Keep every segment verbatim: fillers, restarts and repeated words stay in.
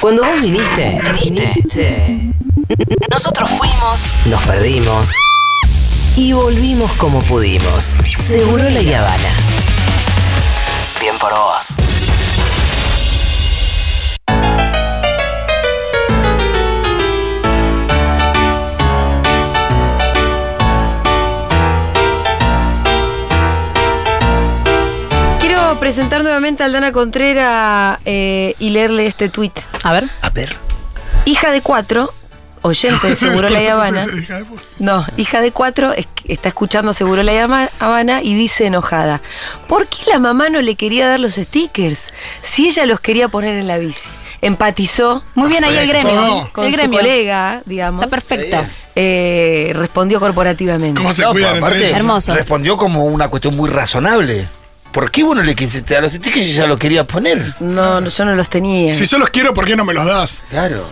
Cuando vos viniste, viniste. Nosotros fuimos, nos perdimos y volvimos como pudimos. Seguro La Habana. Bien por vos. Quiero presentar nuevamente a Aldana Contreras eh, y leerle este tuit. A ver. A ver. Hija de cuatro, oyente de Seguro La Habana. No, hija de cuatro, es que está escuchando Seguro La Habana y dice enojada: ¿por qué la mamá no le quería dar los stickers si ella los quería poner en la bici? Empatizó muy bien ahí el gremio, con el su gremio. colega, digamos. Está perfecto. Eh, respondió corporativamente. ¿Cómo se No, cuidan aparte, entre ellos? Hermoso. Respondió como una cuestión muy razonable. ¿Por qué vos no le quisiste dar los stickers si ya lo quería poner? No, no, yo no los tenía. Si yo los quiero, ¿por qué no me los das? Claro.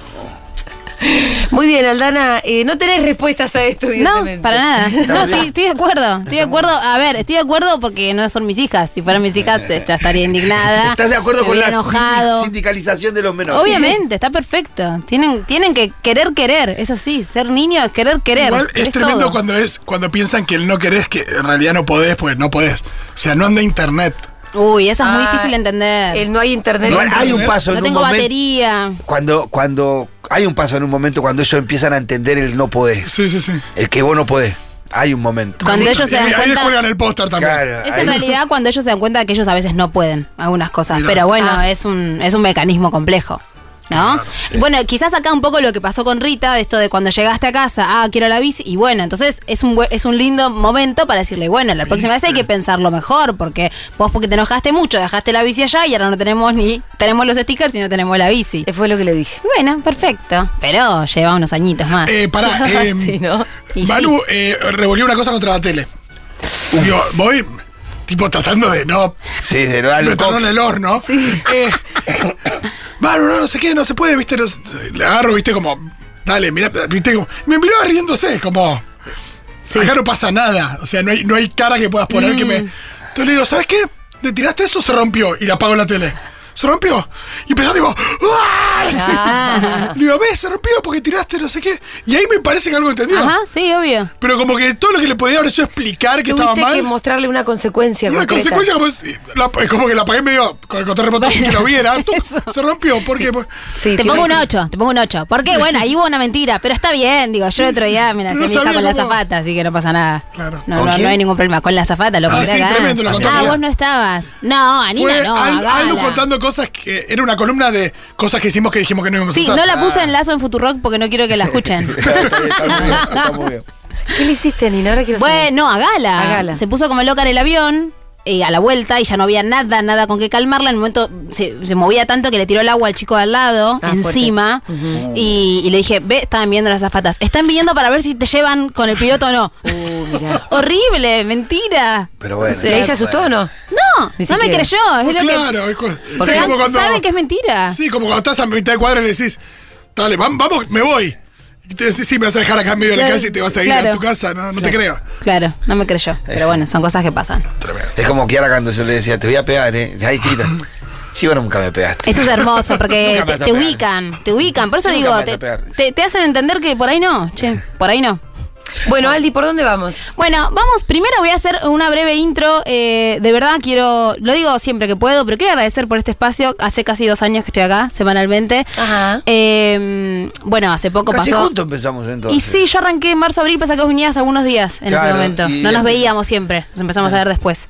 Muy bien, Aldana, eh, no tenés respuestas a esto, evidentemente. No, para nada. No, estoy, estoy de acuerdo. Estoy de acuerdo. A ver, estoy de acuerdo porque no son mis hijas. Si fueran mis hijas, ya estaría indignada. ¿Estás de acuerdo con la enojado. sindi- sindicalización de los menores? Obviamente, está perfecto. Tienen, tienen que querer querer. Eso sí, ser niño es querer querer. Igual es, Es tremendo todo. cuando es cuando piensan que el no querés, que en realidad no podés, pues no podés. O sea, no anda internet. Uy, esa es muy Ah, difícil de entender. El no hay internet. No, hay un paso no en un tengo momento. batería. Cuando, cuando hay un paso en un momento cuando ellos empiezan a entender el no podés. Sí, sí, sí. El que vos no podés. Hay un momento. Cuando Sí, ellos se y dan ahí cuenta. cuelgan el póster también. Claro, Es ahí- en realidad cuando ellos se dan cuenta que ellos a veces no pueden algunas cosas. Mirá. Pero bueno, Ah. es un es un mecanismo complejo. ¿No? Bueno, quizás acá un poco lo que pasó con Rita, de esto de cuando llegaste a casa, ah, quiero la bici, y bueno, entonces es un bue- es un lindo momento para decirle, bueno, la próxima vez hay que pensarlo mejor, porque vos porque te enojaste mucho, dejaste la bici allá y ahora no tenemos ni, tenemos los stickers y no tenemos la bici. Fue lo que le dije. Bueno, perfecto, pero lleva unos añitos más. Eh, pará, eh, Sí, ¿no? Y Manu sí. eh, revolvió una cosa contra la tele. Digo, voy tipo tratando de no Sí, de no darle un meterlo en coque. el horno. Sí. Eh, Manu, no, no sé qué, no se puede, viste, los- le agarro, viste, como, dale, mira, viste, como, me miraba riéndose, como, Sí. acá no pasa nada, o sea, no hay, no hay cara que puedas poner que me... Entonces le digo, ¿sabes qué? ¿Le tiraste eso? Se rompió y le apago la tele. Se rompió. Y empezó tipo, ¡ah! Ah. Le digo, ¿ves? Se rompió porque tiraste no sé qué. Y ahí me parece que algo entendió. Ajá, sí, obvio. Pero como que todo lo que le podía haber sido explicar que estaba Tuviste mal. que mostrarle una consecuencia Una concreta. consecuencia como es, la- es como que la apagué medio con el control remoto sin que lo viera. ¡Tuc! Eso. Se rompió. ¿Por qué? Pues, Sí, Te tiene pongo un que ser. ocho, te pongo un ocho. Porque, bueno, ahí hubo una mentira, pero está bien, digo, yo el otro día me la Pero hacía no mi hija con sabía la cómo- zafata, así que no pasa nada. Claro. No, ¿Con no, quién? no hay ningún problema. Con la zafata, lo Ah, compré sí, acá. tremendo, lo contó Ah, Anina. vos no estabas. No, Anina fue no, Al- Gala. Aldo contando cosas que era una columna de cosas que hicimos que dijimos que no íbamos Sí, a hacer. no la puse en lazo en Futurock porque no quiero que la escuchen. Está bien, está muy bien, está muy bien. ¿Qué le hiciste, Nina? Ahora quiero saber. Bueno, a Gala. A Gala. Se puso como loca en el avión. eh, a la vuelta y ya no había nada, nada con qué calmarla. En un momento se, se movía tanto que le tiró el agua al chico de al lado, Ah, encima. y, y le dije, ve, estaban viendo las azafatas. Están viendo para ver si te llevan con el piloto o no. Uh, mirá. Horrible, mentira. Pero bueno. ¿Se ahí se asustó o no? No, Ni no me siquiera. creyó. Es Pues lo claro, es, cu- que. sí, Se como dan- cuando, saben que es mentira. Sí, como cuando estás a mitad de cuadra y le decís, dale, vam- vamos, me voy. Y te decís, sí, me vas a dejar acá en medio de la Claro, calle y te vas a ir claro. a tu casa. No, no te creo. Claro, no me creyó. Pero Eso. bueno, son cosas que pasan. Tremendo. Es como Kiara cuando se le decía, te voy a pegar, ¿eh? Ay, chiquita. Sí, vos nunca me pegaste. Eso es hermoso porque Nunca me te, vas a te pegar. ubican, te ubican. Por eso Nunca digo, me vas a te, pegar. te- te hacen entender que por ahí no. Che, por ahí no. Bueno, Aldi, ¿por dónde vamos? Bueno, vamos, primero voy a hacer una breve intro. eh, de verdad quiero, lo digo siempre que puedo, pero quiero agradecer por este espacio. Hace casi dos años que estoy acá, semanalmente. Ajá. Eh, bueno, hace poco Casi pasó. juntos empezamos entonces. Y sí, yo arranqué en marzo, abril, pasa que vos venías algunos días en ese Claro, momento. y No nos después- veíamos siempre, nos empezamos a ver después.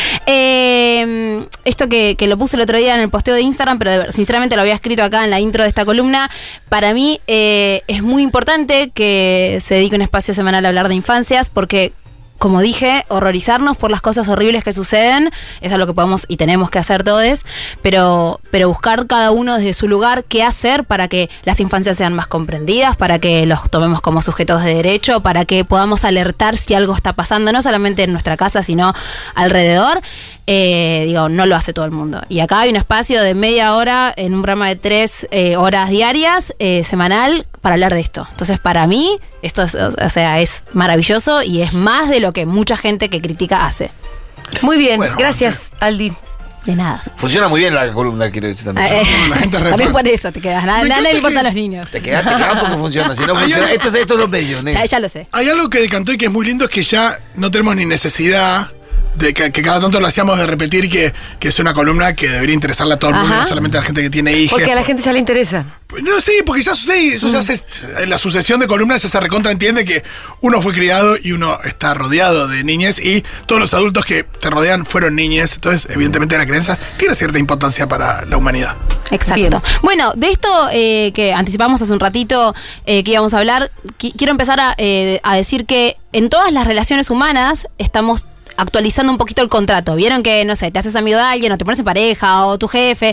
Eh, esto que, que lo puse el otro día en el posteo de Instagram, pero de ver- sinceramente lo había escrito acá en la intro de esta columna. Para mí eh, es muy importante que se dedique un espacio semanal a hablar de infancias, porque, como dije, horrorizarnos por las cosas horribles que suceden es algo que podemos y tenemos que hacer todos, pero, pero buscar cada uno desde su lugar qué hacer para que las infancias sean más comprendidas, para que los tomemos como sujetos de derecho, para que podamos alertar si algo está pasando, no solamente en nuestra casa, sino alrededor. Eh, digo, no lo hace todo el mundo. Y acá hay un espacio de media hora en un programa de tres eh, horas diarias, eh, semanal, para hablar de esto. Entonces, para mí, esto es, o sea, es maravilloso y es más de lo que mucha gente que critica hace. Muy bien, Bueno, gracias, Aldi. De nada. Funciona muy bien la columna, quiero decir también. Eh, No, la gente es re también fan. por eso te quedas. Nada, Me nada le encanta importa que- a los niños. Te quedaste quedado porque funciona. Si no Hay funciona, algo- estos, estos son los medios, ¿no? Ya, ya lo sé. Hay algo que decantó y que es muy lindo, es que ya no tenemos ni necesidad de que, que cada tanto lo hacíamos de repetir que, que es una columna que debería interesarle a todo el mundo, Ajá. no solamente a la gente que tiene hijos. Porque a la gente ya le interesa. No, sí, porque ya sucede, eso se hace, en la sucesión de columnas se recontra entiende que uno fue criado y uno está rodeado de niñez y todos los adultos que te rodean fueron niñez, entonces evidentemente la creencia tiene cierta importancia para la humanidad. Exacto. Bien. Bueno, de esto eh, que anticipamos hace un ratito eh, que íbamos a hablar, qui- quiero empezar a, eh, a decir que en todas las relaciones humanas estamos actualizando un poquito el contrato. Vieron que, no sé, te haces amigo de alguien o te pones en pareja o tu jefe.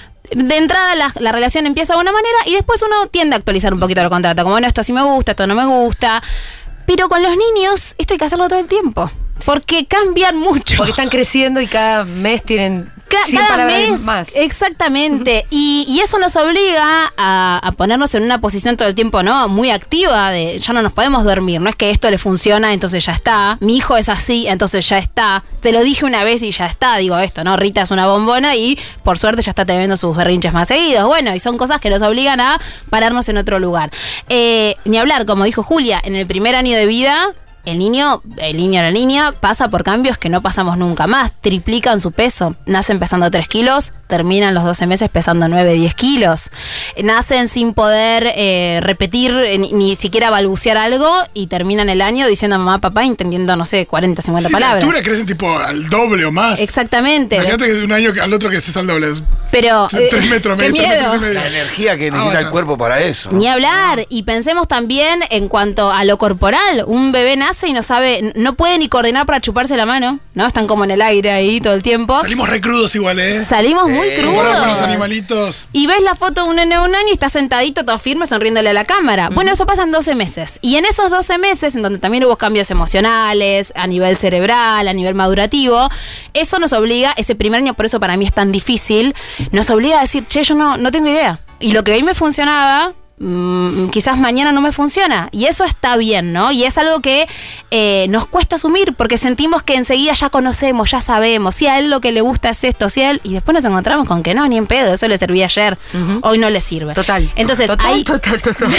De entrada la, la relación empieza de una manera y después uno tiende a actualizar un poquito el contrato. Como, bueno, esto sí me gusta, esto no me gusta. Pero con los niños esto hay que hacerlo todo el tiempo. Porque cambian mucho. Porque están creciendo y cada mes tienen Ca- cien cada palabras mes, más. exactamente. y, y eso nos obliga a, a ponernos en una posición todo el tiempo, ¿no? Muy activa, de ya no nos podemos dormir. No es que esto le funciona, entonces ya está. Mi hijo es así, entonces ya está. Te lo dije una vez y ya está. Digo esto, ¿no? Rita es una bombona y por suerte ya está teniendo sus berrinches más seguidos. Bueno, y son cosas que nos obligan a pararnos en otro lugar. Eh, ni hablar, como dijo Julia, en el primer año de vida... El niño, el niño o la niña pasa por cambios que no pasamos nunca más. Triplican su peso. Nacen pesando tres kilos, terminan los doce meses pesando nueve, diez kilos. Nacen sin poder eh, repetir, eh, ni, ni siquiera balbucear algo y terminan el año diciendo mamá, papá, entendiendo, no sé, cuarenta, cincuenta Sí, la palabras. altura crecen tipo al doble o más. Exactamente. Imagínate que de un año al otro que se está al doble. Pero. Tres eh, metros, qué medio, tres miedo. metros y medio. La energía que necesita Ah, el bueno. cuerpo para eso. Ni hablar. Y pensemos también en cuanto a lo corporal. Un bebé nace y no sabe, no puede ni coordinar para chuparse la mano, ¿no? Están como en el aire ahí todo el tiempo. Salimos re crudos igual, ¿eh? Salimos muy Sí. Comparado con los crudos. animalitos. Y ves la foto de un nene de un año y está sentadito, todo firme, sonriéndole a la cámara. Bueno, eso pasa en doce meses. Y en esos doce meses, en donde también hubo cambios emocionales, a nivel cerebral, a nivel madurativo, eso nos obliga, ese primer año, por eso para mí es tan difícil, nos obliga a decir, che, yo no, no tengo idea. Y lo que hoy me funcionaba... Mm, quizás mañana no me funciona y eso está bien, ¿no? Y es algo que eh, nos cuesta asumir porque sentimos que enseguida ya conocemos, ya sabemos, si a él lo que le gusta es esto, si a él, y después nos encontramos con que no, ni en pedo, eso le servía ayer, Ujú. hoy no le sirve. Total. Entonces, total, hay, total, total.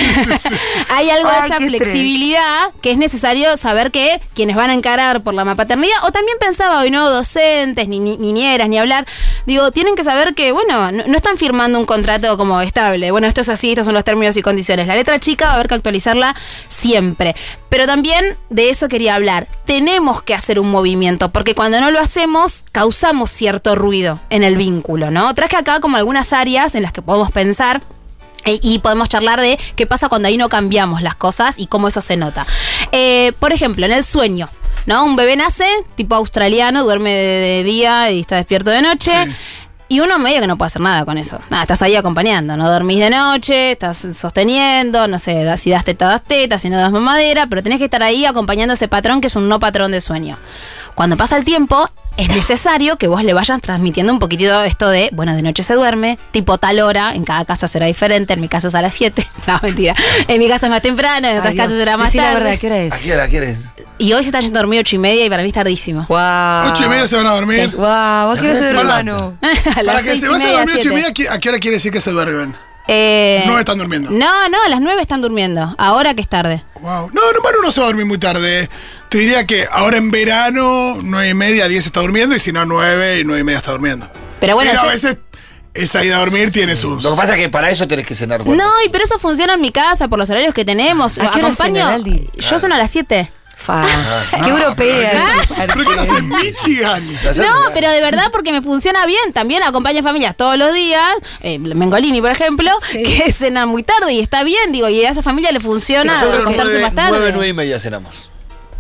hay algo Ay, de esa qué estrés. flexibilidad que es necesario saber que quienes van a encarar por la mapaternidad, o también pensaba hoy, ¿no? Docentes, ni, ni niñeras, ni hablar, digo, tienen que saber que, bueno, no, no están firmando un contrato como estable, bueno, esto es así, estos son los términos y condiciones. La letra chica va a haber que actualizarla siempre. Pero también de eso quería hablar. Tenemos que hacer un movimiento, porque cuando no lo hacemos, causamos cierto ruido en el vínculo, ¿no? Traje acá como algunas áreas en las que podemos pensar. E- Y podemos charlar de qué pasa cuando ahí no cambiamos las cosas y cómo eso se nota. Eh, por ejemplo, en el sueño, ¿no? Un bebé nace, tipo australiano, duerme de, de día y está despierto de noche. Sí. Y uno medio que no puede hacer nada con eso. Nada, estás ahí acompañando, no dormís de noche, estás sosteniendo, no sé, da- si das teta, das teta, si no das mamadera, pero tenés que estar ahí acompañando ese patrón que es un no patrón de sueño. Cuando pasa el tiempo, es necesario que vos le vayas transmitiendo un poquitito esto de, bueno, de noche se duerme, tipo tal hora, en cada casa será diferente, en mi casa es a las siete, no, mentira, en mi casa es más temprano, en otras Ay, Dios. casas será más Decí la tarde. verdad, ¿qué hora es? ¿A qué hora quieres? Y hoy se están yendo a dormir ocho y media y para mí es tardísimo. Wow. Ocho y media se van a dormir. Wow, ¿vos qué hora es Para- hermano? a las Para que seis se y vayan a media, dormir ocho y siete. media, ¿qué- ¿a qué hora quiere decir que se duermen? Eh, No están durmiendo. No, no, a las nueve están durmiendo. Ahora que es tarde. Wow. No, no, Manu no se va a dormir muy tarde. Te diría que ahora en verano, nueve y media, diez está durmiendo, y si no, nueve y nueve y media está durmiendo. Pero bueno, Pero a ese- veces esa ida a dormir tiene sus. Lo que pasa es que para eso tenés que cenar. bueno. no, y pero eso funciona en mi casa por los horarios que tenemos. ¿A qué hora Acompaño. cenan, Aldi? Yo ceno a las siete. Fa. Qué europea. ¿Pero qué estás en Michigan? La cena- No, pero de verdad porque me funciona bien. También acompaño familias todos los días. Eh, Mengolini, por ejemplo, que cenan muy tarde y está bien. Digo, y a esa familia le funciona Nosotros acostarse nueve, más tarde. nueve, nueve y media cenamos.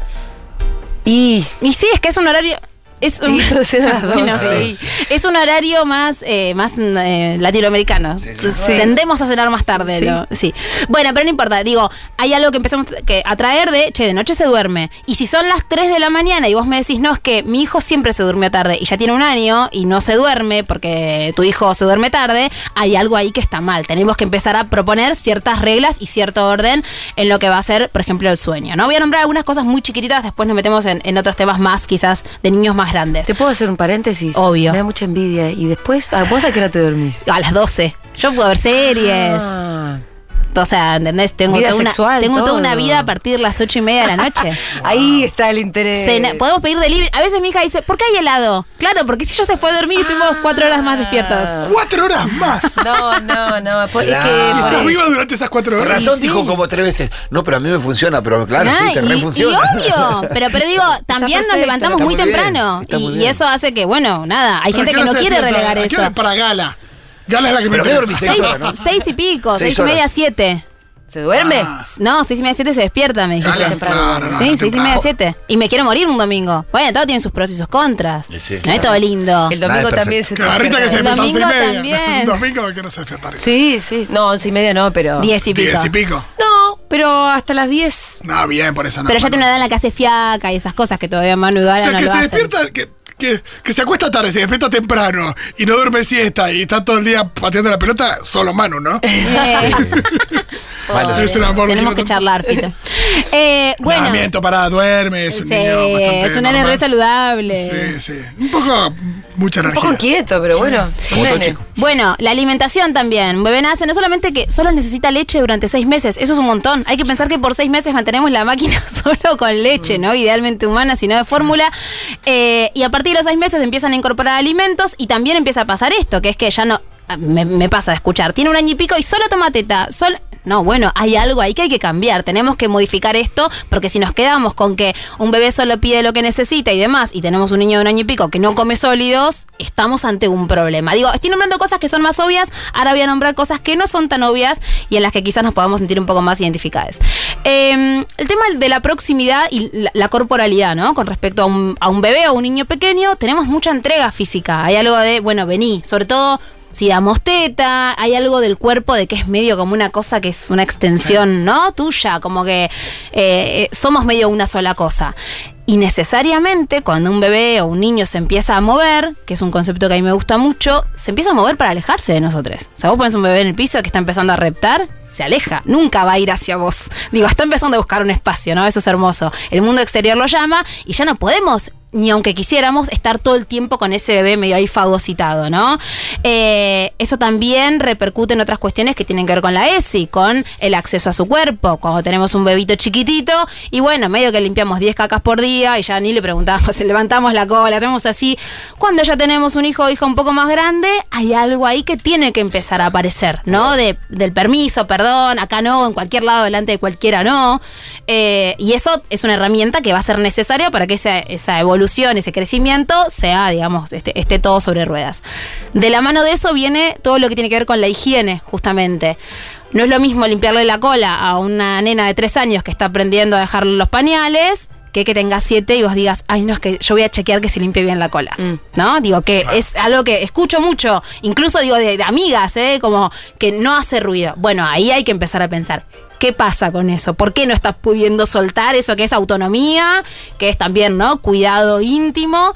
Y Y sí, es que es un horario. Es un, Y todos cenan a las Bueno, doce. sí. Es un horario más, eh, más eh, latinoamericano. Sí, sí. Sí. Tendemos a cenar más tarde. Sí. lo- sí. Bueno, pero no importa. Digo, hay algo que empezamos que a traer de, che, de noche se duerme. Y si son las tres de la mañana y vos me decís, no, es que mi hijo siempre se durmió tarde y ya tiene un año y no se duerme porque tu hijo se duerme tarde, hay algo ahí que está mal. Tenemos que empezar a proponer ciertas reglas y cierto orden en lo que va a ser, por ejemplo, el sueño. ¿No? Voy a nombrar algunas cosas muy chiquititas, después nos metemos en, en otros temas más, quizás de niños más más grandes. ¿Te puedo hacer un paréntesis? Obvio. Me da mucha envidia. Y después, ¿a vos a qué hora te dormís? A las doce. Yo puedo ver series. Ah. O sea, ¿entendés? Tengo, Vida toda, sexual, una, tengo toda todo. una vida a partir de las ocho y media de la noche. Ahí está el interés. Cena- podemos pedir delivery. A veces mi hija dice, ¿por qué hay helado? Claro, porque si yo se fue a dormir y estuvimos cuatro horas más despiertos. ¡Cuatro horas más! No, no, no. po- Claro. Es que ¿Y por estás eso. viva durante esas cuatro Con horas? razón sí. dijo como tres veces. No, pero a mí me funciona, pero claro, Ah, sí, te y, re y funciona. obvio, pero, pero digo, también nos perfecto. levantamos Está muy muy bien, temprano está y, muy y bien. eso hace que, bueno, nada, hay ¿Pero gente a qué que hora no se quiere despierta? relegar ¿A qué hora eso. para Gala? Gala es la que me ¿Pero qué interesa. dormís? Seis, Seis horas, ¿no? seis y pico, Seis seis y media, horas. siete. ¿Se duerme? Ah. No, seis y media, siete se despierta, me dijiste. Gala, claro, no, Sí, no, seis y media, temprano. siete. Y me quiero morir un domingo. Bueno, todo tiene sus pros y sus contras. Sí, sí. No es todo lindo. El Nada, domingo es también se Que te Rita que se El despierta a once y domingo media. también. Un domingo que no se despierta. Rita. Sí, sí. No, once y media no, pero. Diez y pico. Diez y pico. No, pero hasta las diez. No, bien, por eso no. Pero ya Manu. tiene una edad en la que hace fiaca y esas cosas que todavía Manu y Gala O sea, no que lo se hacen. despierta, que, que, que se acuesta tarde, se despierta temprano y no duerme siesta y está todo el día pateando la pelota, solo Manu, ¿no? Eh, Bueno, Es un amor. Tenemos que quiero tanto. charlar, Fito. Eh, bueno. No, miento, pará, duerme, es un Sí, niño bastante es un nene normal. re saludable. Sí, sí. Un poco, mucha Un energía. poco inquieto, pero bueno. es un Como todo nene. chico. Bueno, la alimentación también. Un bebé nace no solamente que solo necesita leche durante seis meses, eso es un montón. Hay que pensar que por seis meses mantenemos la máquina solo con leche, ¿no? Idealmente humana, si no de fórmula. Eh, y a partir de los seis meses empiezan a incorporar alimentos y también empieza a pasar esto, que es que ya no... Me, me pasa de escuchar, tiene un año y pico y solo toma teta, solo... No, bueno, hay algo ahí que hay que cambiar. Tenemos que modificar esto porque si nos quedamos con que un bebé solo pide lo que necesita y demás y tenemos un niño de un año y pico que no come sólidos, estamos ante un problema. Digo, estoy nombrando cosas que son más obvias, ahora voy a nombrar cosas que no son tan obvias y en las que quizás nos podamos sentir un poco más identificadas. Eh, el tema de la proximidad y la, la corporalidad, ¿no? Con respecto a un, a un bebé o un niño pequeño, tenemos mucha entrega física. Hay algo de, bueno, vení, sobre todo... Si damos teta, hay algo del cuerpo de que es medio como una cosa que es una extensión, ¿no? Tuya, como que eh, eh, somos medio una sola cosa. Y necesariamente cuando un bebé o un niño se empieza a mover, que es un concepto que a mí me gusta mucho, se empieza a mover para alejarse de nosotros. O sea, vos pones un bebé en el piso que está empezando a reptar, se aleja, nunca va a ir hacia vos. Digo, está empezando a buscar un espacio, ¿no? Eso es hermoso. El mundo exterior lo llama y ya no podemos, ni aunque quisiéramos, estar todo el tiempo con ese bebé medio ahí fagocitado, ¿no? Eh, eso también repercute en otras cuestiones que tienen que ver con la E S I, con el acceso a su cuerpo. Cuando tenemos un bebito chiquitito y bueno, medio que limpiamos diez cacas por día y ya ni le preguntamos, levantamos la cola, hacemos así. Cuando ya tenemos un hijo o hija un poco más grande, hay algo ahí que tiene que empezar a aparecer, ¿no? De, del permiso, perdón, acá no, en cualquier lado, delante de cualquiera no. Eh, y eso es una herramienta que va a ser necesaria para que esa, esa evolución, ese crecimiento sea, digamos, esté, esté todo sobre ruedas. De la mano de eso viene todo lo que tiene que ver con la higiene, justamente. No es lo mismo limpiarle la cola a una nena de tres años que está aprendiendo a dejarle los pañales que que tenga siete y vos digas, ay, no, es que yo voy a chequear que se limpie bien la cola. Mm. ¿No? Digo, que es algo que escucho mucho, incluso digo de, de amigas, ¿eh? Como que no hace ruido. Bueno, ahí hay que empezar a pensar. ¿Qué pasa con eso? ¿Por qué no estás pudiendo soltar eso que es autonomía, que es también, ¿no? Cuidado íntimo?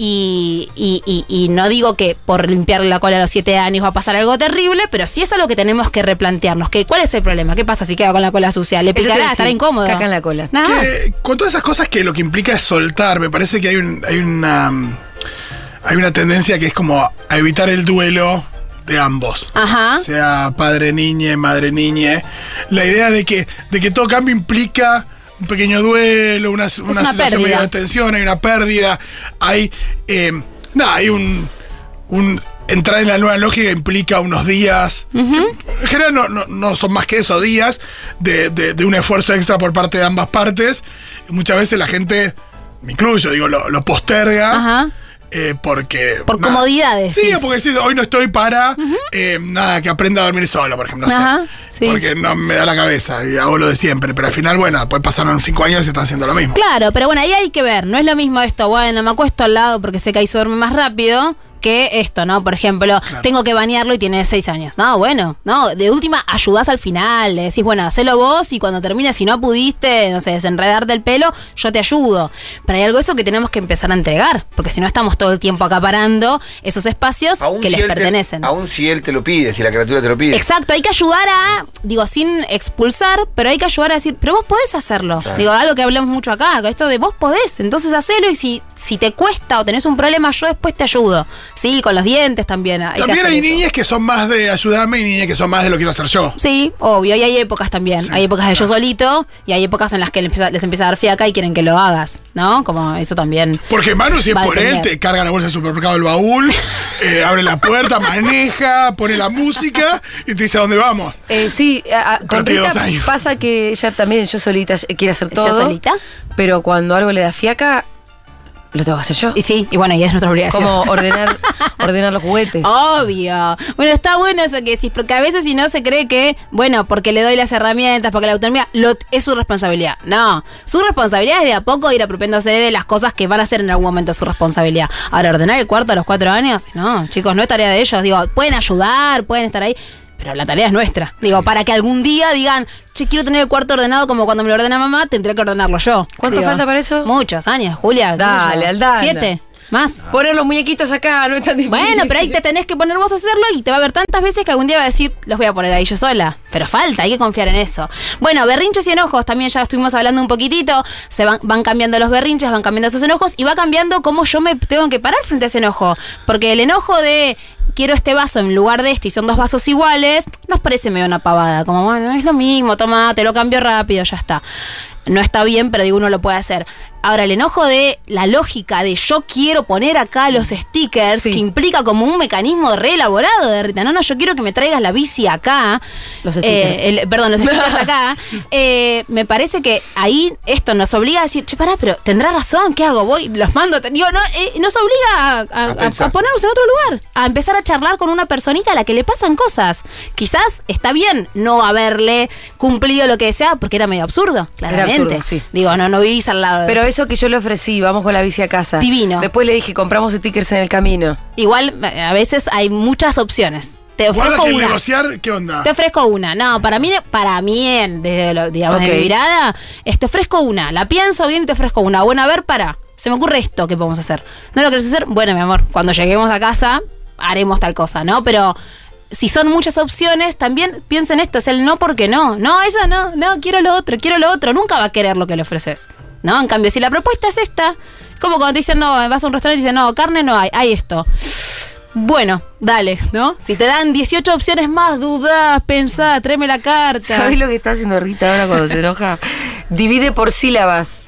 Y, y, y, y no digo que por limpiarle la cola a los siete años va a pasar algo terrible, pero sí es algo que tenemos que replantearnos. Que, ¿cuál es el problema? ¿Qué pasa si queda con la cola sucia? ¿Le Eso te iba a picará? decir, ¿Estará incómodo? caca en la cola. Nada más. Que, con todas esas cosas que lo que implica es soltar, me parece que hay, un, hay una hay una tendencia que es como a evitar el duelo de ambos. Ajá. Sea padre niñe, madre niñe. La idea de que, de que todo cambio implica un pequeño duelo, una, una, una situación pérdida. medio de tensión, hay una pérdida, hay eh, nada, hay un, un entrar en la nueva lógica implica unos días, que en general no, no, no son más que eso, días de, de, de un esfuerzo extra por parte de ambas partes. Y muchas veces la gente, me incluyo, digo, lo, lo posterga. Ajá. Eh, porque. Por nada. comodidades, Sí, sí. porque si hoy no estoy para. eh, nada, que aprenda a dormir solo, por ejemplo. No Ajá, sé. sí. Porque no me da la cabeza y hago lo de siempre. Pero al final, bueno, pues pasaron cinco años y están haciendo lo mismo. Claro, pero bueno, ahí hay que ver. No es lo mismo esto, bueno, me acuesto al lado porque sé que ahí se duerme más rápido. que esto, ¿no? Por ejemplo, claro. tengo que bañarlo y tiene seis años. No, bueno, no, de última ayudás al final, le decís, bueno, hacelo vos y cuando termines, si no pudiste, no sé, desenredarte el pelo, yo te ayudo. Pero hay algo de eso que tenemos que empezar a entregar, porque si no estamos todo el tiempo acaparando esos espacios aún que si les pertenecen. Te, aún si él te lo pide, si la criatura te lo pide. Exacto, hay que ayudar a, digo, sin expulsar, pero hay que ayudar a decir, pero vos podés hacerlo. Claro. Digo, algo que hablamos mucho acá, esto de vos podés, entonces hacelo y si, si te cuesta o tenés un problema, yo después te ayudo. Sí, con los dientes también. Hay también hay eso. niñas que son más de ayudarme y niñas que son más de lo quiero hacer yo. Sí, obvio, y hay épocas también. Sí, hay épocas de claro. yo solito y hay épocas en las que les empieza, les empieza a dar fiaca y quieren que lo hagas, ¿no? Como eso también. Porque Manu, si es por él, te carga la bolsa del supermercado del baúl, eh, abre la puerta, maneja, pone la música y te dice a dónde vamos. Eh, sí, a, a, con Rita pasa que ella también, yo solita, quiere hacer todo. ¿Yo solita? Pero cuando algo le da fiaca, lo tengo que hacer yo. Y sí, y bueno, y es nuestra obligación. Como ordenar, ordenar los juguetes. Obvio. Bueno, está bueno eso que decís, porque a veces si no se cree que, bueno, porque le doy las herramientas, porque la autonomía, lo, es su responsabilidad. No, su responsabilidad es de a poco ir apropiándose de las cosas que van a ser en algún momento su responsabilidad. Ahora, ordenar el cuarto a los cuatro años, no, chicos, no es tarea de ellos. Digo, pueden ayudar, pueden estar ahí, pero la tarea es nuestra. Digo, sí. para que algún día digan, che, quiero tener el cuarto ordenado como cuando me lo ordena mamá, tendré que ordenarlo yo. ¿Cuánto Digo, falta para eso? Muchos años, Julia. Dale, al dale. Siete. Más. Ah. Poner los muñequitos acá no es tan difícil. Bueno, pero ahí te tenés que poner vos a hacerlo y te va a ver tantas veces que algún día va a decir, los voy a poner ahí yo sola. Pero falta, hay que confiar en eso. Bueno, berrinches y enojos, también ya estuvimos hablando un poquitito. Se van, van cambiando los berrinches, van cambiando esos enojos y va cambiando cómo yo me tengo que parar frente a ese enojo. Porque el enojo de quiero este vaso en lugar de este y son dos vasos iguales, nos parece medio una pavada. Como, bueno, es lo mismo, toma, te lo cambio rápido, ya está. No está bien, pero digo, uno lo puede hacer. Ahora, el enojo de la lógica de yo quiero poner acá los stickers, sí. que implica como un mecanismo re elaborado de Rita. No, no, yo quiero que me traigas la bici acá. Los stickers. Eh, el, perdón, los stickers acá. Eh, me parece que ahí esto nos obliga a decir, che, pará, pero tendrá razón, ¿qué hago? Voy, los mando. Digo, no, eh, nos obliga a, a, a, a, a ponernos en otro lugar, a empezar a charlar con una personita a la que le pasan cosas. Quizás está bien no haberle cumplido lo que deseaba porque era medio absurdo, claramente. Era absurdo, sí. Digo, no, no vivís al lado de... Pero eso que yo le ofrecí, vamos con la bici a casa. Divino. Después le dije, compramos stickers en el camino. Igual, a veces hay muchas opciones. Te ofrezco que una. negociar, ¿qué onda? Te ofrezco una. No, para mí, para mí, desde lo, digamos, okay. de mi mirada, es, te ofrezco una. La pienso bien y te ofrezco una. Bueno, a ver, para. Se me ocurre esto que podemos hacer. ¿No lo querés hacer? Bueno, mi amor, cuando lleguemos a casa, haremos tal cosa, ¿no? Pero si son muchas opciones, también piensen esto, es el no porque no. No, eso no, no, quiero lo otro, quiero lo otro. Nunca va a querer lo que le ofreces, ¿no? En cambio, si la propuesta es esta, como cuando te dicen, no, vas a un restaurante y dicen, no, carne no hay, hay esto. Bueno, dale, ¿no? Si te dan dieciocho opciones más, dudás, pensá, tráeme la carta. ¿Sabés lo que está haciendo Rita ahora cuando se enoja? Divide por sílabas.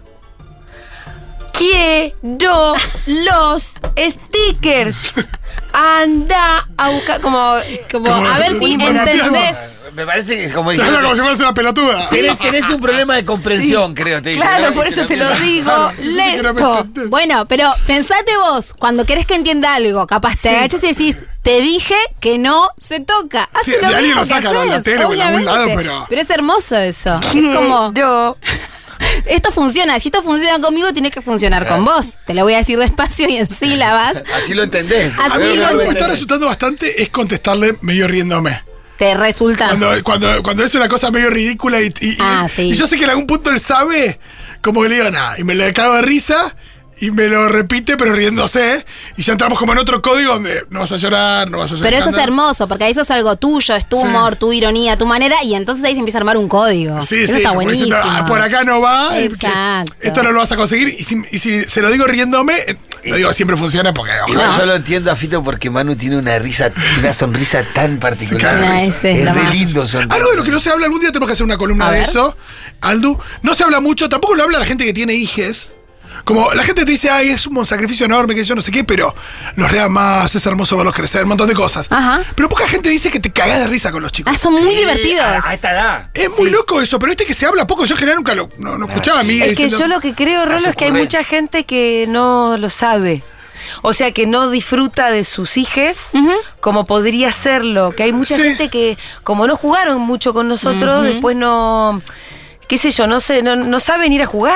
Quiero los stickers. Anda a buscar, como, como, como a ver si entendés. Me parece que es como diciendo, como si fuese una pelotuda. Tenés, tenés un problema de comprensión, sí. creo. Te claro, dice, por eso te lo digo lento. Bueno, pero pensate vos, cuando querés que entienda algo, capaz te sí, agachas y decís, sí. te dije que no se toca. Haz sí, lo de alguien lo sacan en la tele o en algún lado, pero... Pero es hermoso eso. Es como... Yo... Esto funciona, si esto funciona conmigo, tiene que funcionar claro. con vos. Te lo voy a decir despacio y en sílabas. Así lo entendés. Así a mí lo que me está resultando bastante es contestarle medio riéndome. ¿Te resulta? Cuando, cuando, cuando es una cosa medio ridícula y, y, ah, y, sí. y yo sé que en algún punto él sabe, como que le digo nada, y me le cago de risa y me lo repite, pero riéndose. Y ya entramos como en otro código donde no vas a llorar, no vas a hacer Pero escándalo. Eso es hermoso, porque ahí eso es algo tuyo, es tu sí. humor, tu ironía, tu manera, y entonces ahí se empieza a armar un código. Sí, eso sí, está buenísimo. Diciendo, ah, por acá no va, exacto. Esto no lo vas a conseguir. Y si, y si se lo digo riéndome, lo digo siempre funciona porque ojalá. No. Yo lo entiendo a Fito porque Manu tiene una risa, una sonrisa tan particular. No, es es re lindo sonrisa. Algo de lo que no se habla, algún día tenemos que hacer una columna de eso, Aldu. No se habla mucho, tampoco lo habla la gente que tiene hijes. Como la gente te dice, ay, es un sacrificio enorme, que yo no sé qué, pero los rea más, es hermoso verlos crecer, un montón de cosas. Ajá. Pero poca gente dice que te cagás de risa con los chicos. Ah, son muy eh, divertidos. A, a esta edad. Es muy sí. loco eso, pero viste que se habla poco, yo en general nunca lo no, no escuchaba a mí. Es diciendo, que yo lo que creo, Rolo, es que hay mucha gente que no lo sabe. O sea, que no disfruta de sus hijes uh-huh. como podría hacerlo. Que hay mucha sí. gente que, como no jugaron mucho con nosotros, uh-huh. después no, qué sé yo, no sé, no, no saben ir a jugar.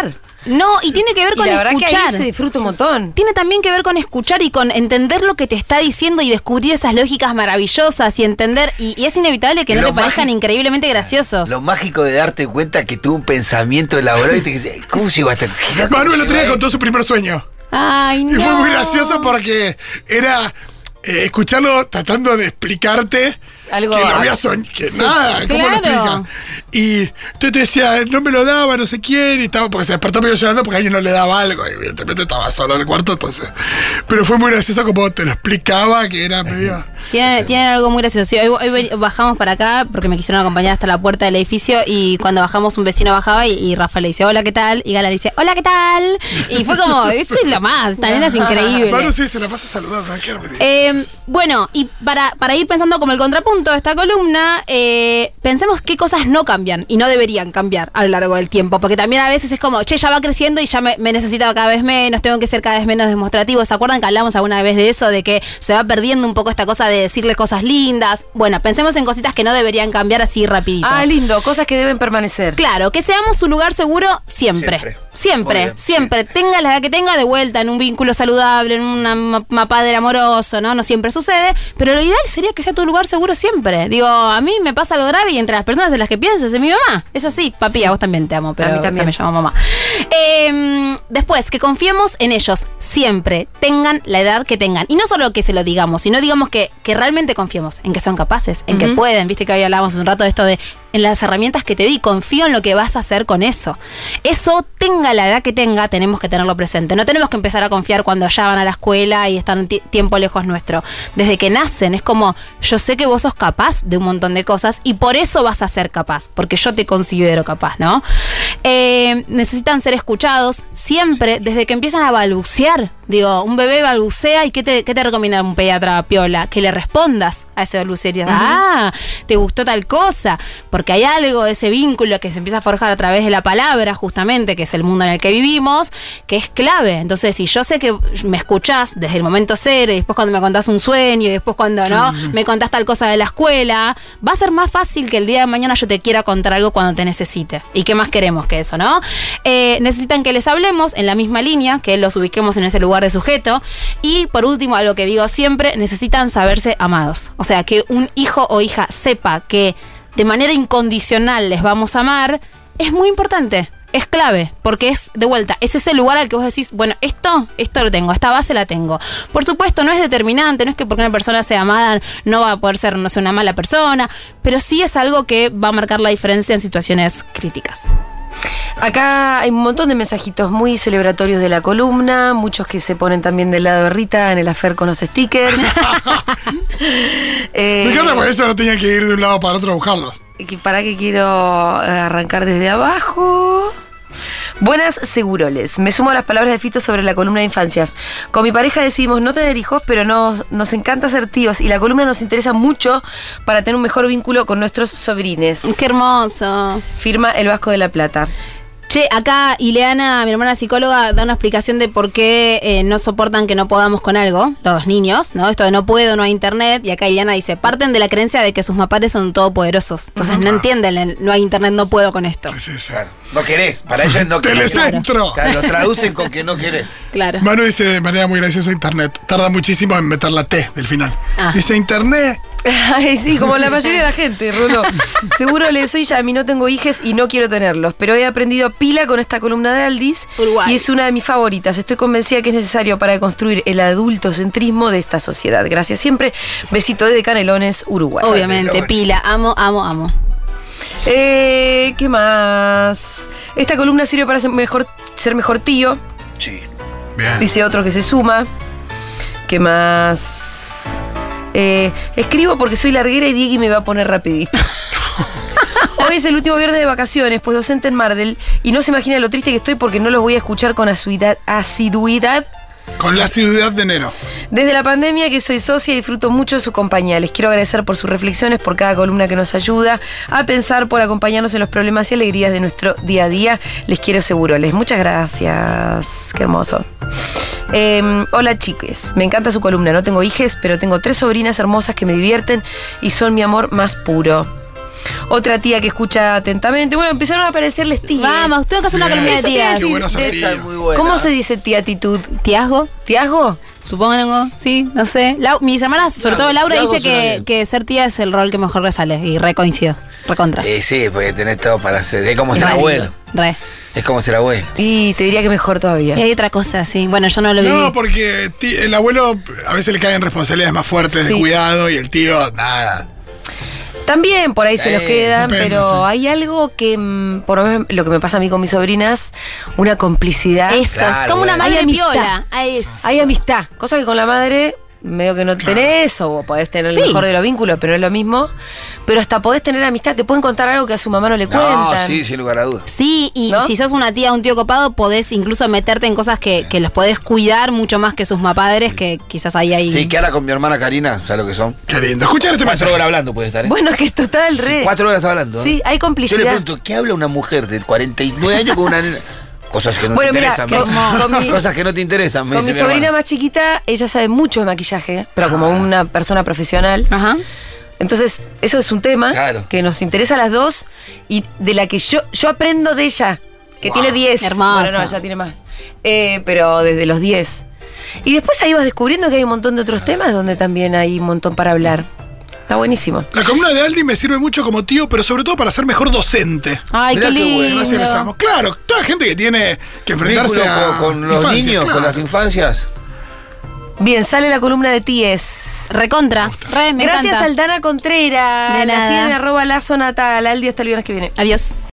No, y tiene que ver con y la escuchar. verdad que ahí se disfruta un montón. Tiene también que ver con escuchar y con entender lo que te está diciendo y descubrir esas lógicas maravillosas y entender, y, y es inevitable que Y no lo te parezcan mágico- increíblemente graciosos. Lo mágico de darte cuenta que tuvo un pensamiento elaborado y te dices, ¿cómo llegó hasta aquí? Manuel el otro día contó su primer sueño. Ay, no. Y fue muy gracioso porque era eh, escucharlo tratando de explicarte Algo- que lo había soñado. Que nada, ¿cómo claro. lo explica? Y entonces te decía, no me lo daba, no sé quién, y estaba, porque se despertó medio llorando porque alguien no le daba algo. Y evidentemente estaba solo en el cuarto, entonces. Pero fue muy gracioso como te lo explicaba, que era medio. Tienen, tienen algo muy gracioso. Sí, hoy, hoy bajamos para acá porque me quisieron acompañar hasta la puerta del edificio y cuando bajamos un vecino bajaba y, y Rafa le dice, hola, ¿qué tal? Y Gala le dice, hola, ¿qué tal? Y fue como, esto es lo más, esta nena es increíble. Bueno, sí, se la pasa saludando. ¿no? Qué Eh, bueno, y para, para ir pensando como el contrapunto de esta columna, eh, pensemos qué cosas no cambian y no deberían cambiar a lo largo del tiempo, porque también a veces es como, che, ya va creciendo y ya me, me necesita cada vez menos, tengo que ser cada vez menos demostrativo. ¿Se acuerdan que hablamos alguna vez de eso, de que se va perdiendo un poco esta cosa de decirle cosas lindas? Bueno, pensemos en cositas que no deberían cambiar así rapidito. Ah, lindo, cosas que deben permanecer. Claro, que seamos un lugar seguro siempre. Siempre. Siempre, Obvio, siempre. Tenga la edad que tenga, de vuelta, en un vínculo saludable, en un mapadre amoroso, ¿no? No siempre sucede, pero lo ideal sería que sea tu lugar seguro siempre. Digo, a mí me pasa algo grave y entre las personas en las que pienso es en mi mamá. Es así, papi, Sí. a vos también te amo, pero A mí también. me llamo mamá. Eh, después, que confiemos en ellos siempre, tengan la edad que tengan. Y no solo que se lo digamos, sino digamos que, que realmente confiemos en que son capaces, en que Ujú. pueden. Viste que hoy hablábamos hace un rato de esto de en las herramientas que te di, confío en lo que vas a hacer con eso. Eso, tenga la edad que tenga, tenemos que tenerlo presente. No tenemos que empezar a confiar cuando ya van a la escuela y están ti- tiempo lejos nuestro. Desde que nacen, es como, yo sé que vos sos capaz de un montón de cosas y por eso vas a ser capaz, porque yo te considero capaz, ¿no? Eh, necesitan ser escuchados siempre, desde que empiezan a balbucear. Digo, un bebé balbucea y ¿qué te, qué te recomienda un pediatra piola? Que le respondas a ese balbucear y digas, ah, te gustó tal cosa, porque hay algo de ese vínculo que se empieza a forjar a través de la palabra, justamente, que es el mundo en el que vivimos, que es clave. Entonces, si yo sé que me escuchás desde el momento cero, y después cuando me contás un sueño, y después cuando no me contás tal cosa de la escuela, va a ser más fácil que el día de mañana yo te quiera contar algo cuando te necesite. ¿Y qué más queremos que eso, no? Eh, necesitan que les hablemos en la misma línea, que los ubiquemos en ese lugar de sujeto. Y por último, algo que digo siempre, necesitan saberse amados. O sea, que un hijo o hija sepa que de manera incondicional les vamos a amar, es muy importante. Es clave, porque es, de vuelta, es ese lugar al que vos decís, bueno, esto, esto lo tengo, esta base la tengo. Por supuesto, no es determinante, no es que porque una persona sea amada no va a poder ser, no sé, una mala persona, pero sí es algo que va a marcar la diferencia en situaciones críticas. Acá hay un montón de mensajitos muy celebratorios de la columna, muchos que se ponen también del lado de Rita en el affair con los stickers. Eh, Me encanta porque eso no tenía que ir de un lado para otro a buscarlos. que- ¿Para qué quiero arrancar desde abajo? Buenas seguroles. Me sumo a las palabras de Fito sobre la columna de infancias. Con mi pareja decidimos no tener hijos, pero nos, nos encanta ser tíos y la columna nos interesa mucho para tener un mejor vínculo con nuestros sobrines. ¡Qué hermoso! Firma El Vasco de la Plata. Che, acá Ileana, mi hermana psicóloga, da una explicación de por qué eh, no soportan que no podamos con algo, los niños, ¿no? Esto de no puedo, no hay internet. Y acá Ileana dice, parten de la creencia de que sus mapares son todopoderosos. Entonces no entienden, el no hay internet, no puedo con esto. Sí, sí, sí. Claro, no querés, para ellos no querés. Telecentro. Claro, lo traducen con que no querés. Claro. Manu dice de manera muy graciosa internet. Tarda muchísimo en meter la T del final. Ah. Dice internet. Ay, sí, como la mayoría de la gente, Rulo. Seguro le soy ya, a mí no tengo hijes y no quiero tenerlos, pero he aprendido pila con esta columna de Aldis Uruguay. y es una de mis favoritas. Estoy convencida que es necesario para construir el adultocentrismo de esta sociedad. Gracias siempre. Besito desde Canelones, Uruguay. Obviamente, Canelones. pila, amo, amo, amo. Eh, ¿Qué más? Esta columna sirve para ser mejor, ser mejor tío. Sí. Bien. Dice otro que se suma. ¿Qué más? Eh, escribo porque soy larguera y Diegui me va a poner rapidito. Hoy es el último viernes de vacaciones, pues docente en Mardel, y no se imagina lo triste que estoy porque no los voy a escuchar con asiduidad, asiduidad Con la asiduidad de enero. desde la pandemia que soy socia y disfruto mucho de su compañía. Les quiero agradecer por sus reflexiones, por cada columna que nos ayuda a pensar, por acompañarnos en los problemas y alegrías de nuestro día a día. Les quiero seguro. Les muchas gracias. Qué hermoso. Eh, hola chiques, me encanta su columna. No tengo hijes, pero tengo tres sobrinas hermosas que me divierten y son mi amor más puro. otra tía que escucha atentamente. Bueno, empezaron a aparecerles tías. Vamos, tengo que hacer una Bien. columna de Eso te iba a tías. Qué buena esa de- tía. Esta es muy buena. ¿Cómo se dice tiatitud? ¿Tiazgo? ¿Tiazgo? Supongo, sí, no sé. Lau- mis hermanas, sobre Claro, todo Laura, Tiago dice suena que, bien. que ser tía es el rol que mejor le sale. Y re coincido. Recontra. Eh, sí, porque tenés todo para hacer. Es como ser Re. abuelo. Re. Es como ser abuelo. Y te diría que mejor todavía. Y hay otra cosa, sí. Bueno, yo no lo viví. No, porque ti- el abuelo a veces le caen responsabilidades más fuertes Sí. de cuidado y el tío, nada. También por ahí se los Eh, quedan, depende, pero sí. hay algo que, mm, por lo menos lo que me pasa a mí con mis sobrinas, una complicidad. Eso, Claro, es como una bueno. madre Hay amistad. piola. A eso. Hay amistad, cosa que con la madre medio que no tenés, o podés tener Sí. el mejor de los vínculos, pero no es lo mismo. Pero hasta podés tener amistad, te pueden contar algo que a su mamá no le No, cuentan. sí, sin lugar a dudas. Sí, y ¿No? si sos una tía o un tío copado, podés incluso meterte en cosas que, que los podés cuidar mucho más que sus mapadres, que quizás ahí hay. Sí, que ahora con mi hermana Karina, ¿sabes lo que son? Qué lindo. Escuchar este Cuatro mensaje. horas hablando puede estar, ¿eh? Bueno, que es total Sí, re. cuatro horas está hablando. ¿eh? Sí, hay complicidad. Yo le pregunto, ¿qué habla una mujer de cuarenta y nueve años con una nena? Cosas que no Bueno, te mira, interesan. que- me dice. con mi- Cosas que no te interesan. me Con mi dice mi sobrina hermana. más chiquita, ella sabe mucho de maquillaje, pero Ah. como una persona profesional. Ajá. Entonces, eso es un tema Claro. que nos interesa a las dos y de la que yo, yo aprendo de ella, que Wow. tiene diez. Hermosa. Bueno, no, ella tiene más. Eh, pero desde los diez. Y después ahí vas descubriendo que hay un montón de otros temas donde también hay un montón para hablar. Está buenísimo. La columna de Aldi me sirve mucho como tío, pero sobre todo para ser mejor docente. Ay, Mirá qué qué bueno. lindo. Gracias, les amo. Claro, toda gente que tiene que enfrentarse Vínculo a con, con los infancia, niños, claro. con las infancias. Bien, sale la columna de Tíes. Recontra. Re, me Gracias, encanta. Aldana Contreras. De La nada. siguen en arroba lazo natal. Aldi, hasta el viernes que viene. Adiós.